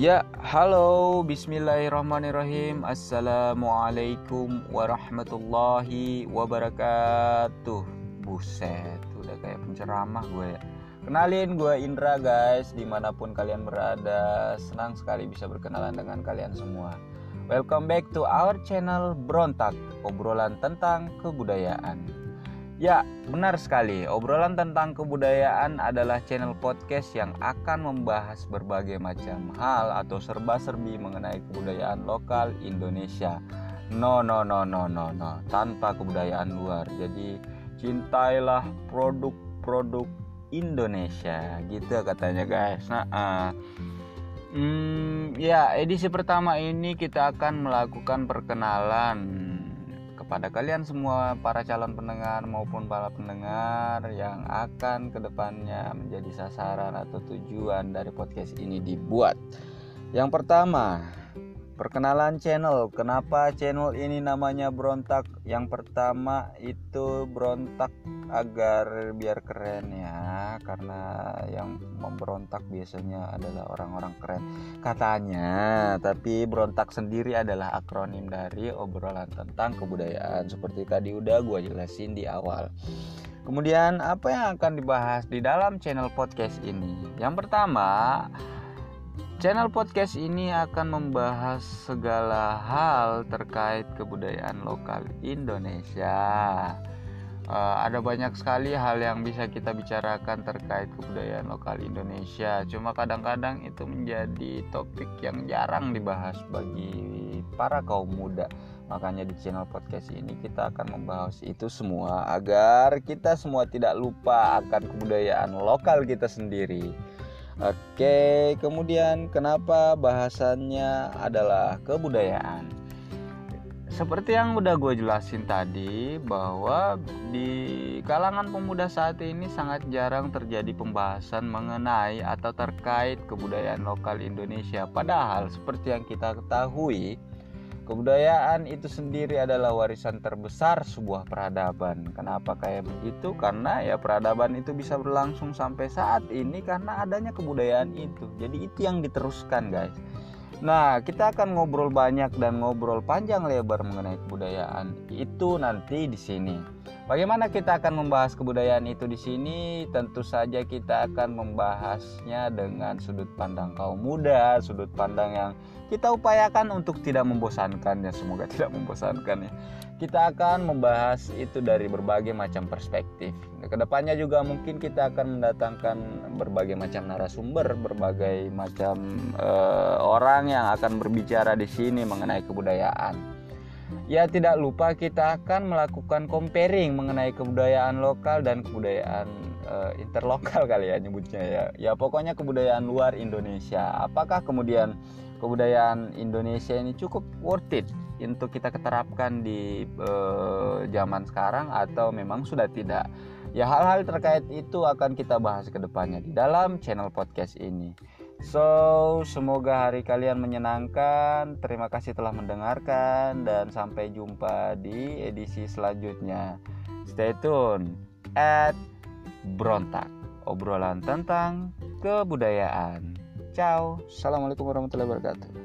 Ya, halo, bismillahirrahmanirrahim. Assalamualaikum warahmatullahi wabarakatuh. Buset, udah kayak penceramah gue ya. Kenalin, gue Indra guys, dimanapun kalian berada. Senang sekali bisa berkenalan dengan kalian semua. Welcome back to our channel Berontak, obrolan tentang kebudayaan. Ya, benar sekali. Obrolan tentang kebudayaan adalah channel podcast yang akan membahas berbagai macam hal atau serba-serbi mengenai kebudayaan lokal Indonesia. No, tanpa kebudayaan luar. Jadi, cintailah produk-produk Indonesia, gitu katanya guys. Edisi pertama ini kita akan melakukan perkenalan kepada kalian semua, para calon pendengar maupun para pendengar yang akan kedepannya menjadi sasaran atau tujuan dari podcast ini dibuat. Yang pertama, perkenalan channel. Kenapa channel ini namanya Berontak? Yang pertama itu berontak agar biar keren ya, karena yang memberontak biasanya adalah orang-orang keren katanya, tapi berontak sendiri adalah akronim dari obrolan tentang kebudayaan seperti tadi udah gue jelasin di awal. Kemudian apa yang akan dibahas di dalam channel podcast ini? Yang pertama, channel podcast ini akan membahas segala hal terkait kebudayaan lokal Indonesia. Ada banyak sekali hal yang bisa kita bicarakan terkait kebudayaan lokal Indonesia. Cuma kadang-kadang itu menjadi topik yang jarang dibahas bagi para kaum muda. Makanya di channel podcast ini kita akan membahas itu semua agar kita semua tidak lupa akan kebudayaan lokal kita sendiri. Oke, kemudian kenapa bahasannya adalah kebudayaan? Seperti yang udah gue jelasin tadi, bahwa di kalangan pemuda saat ini sangat jarang terjadi pembahasan mengenai atau terkait kebudayaan lokal Indonesia. Padahal seperti yang kita ketahui, kebudayaan itu sendiri adalah warisan terbesar sebuah peradaban. Kenapa kayak begitu? Karena ya peradaban itu bisa berlangsung sampai saat ini karena adanya kebudayaan itu. Jadi itu yang diteruskan guys. Nah, kita akan ngobrol banyak dan ngobrol panjang lebar mengenai kebudayaan itu nanti di sini. Bagaimana kita akan membahas kebudayaan itu di sini? Tentu saja kita akan membahasnya dengan sudut pandang kaum muda, sudut pandang yang kita upayakan untuk tidak membosankan ya, semoga tidak membosankan ya. Kita akan membahas itu dari berbagai macam perspektif. Kedepannya juga mungkin kita akan mendatangkan berbagai macam narasumber, berbagai macam orang yang akan berbicara di sini mengenai kebudayaan. Ya, tidak lupa kita akan melakukan comparing mengenai kebudayaan lokal dan kebudayaan interlokal kali ya nyebutnya ya. Ya pokoknya kebudayaan luar Indonesia. Apakah kemudian kebudayaan Indonesia ini cukup worth it untuk kita terapkan di zaman sekarang atau memang sudah tidak? Ya, hal-hal terkait itu akan kita bahas ke depannya di dalam channel podcast ini. So, semoga hari kalian menyenangkan. Terima kasih telah mendengarkan dan sampai jumpa di edisi selanjutnya. Stay tune at Berontak, obrolan tentang kebudayaan. Ciao. Assalamualaikum warahmatullahi wabarakatuh.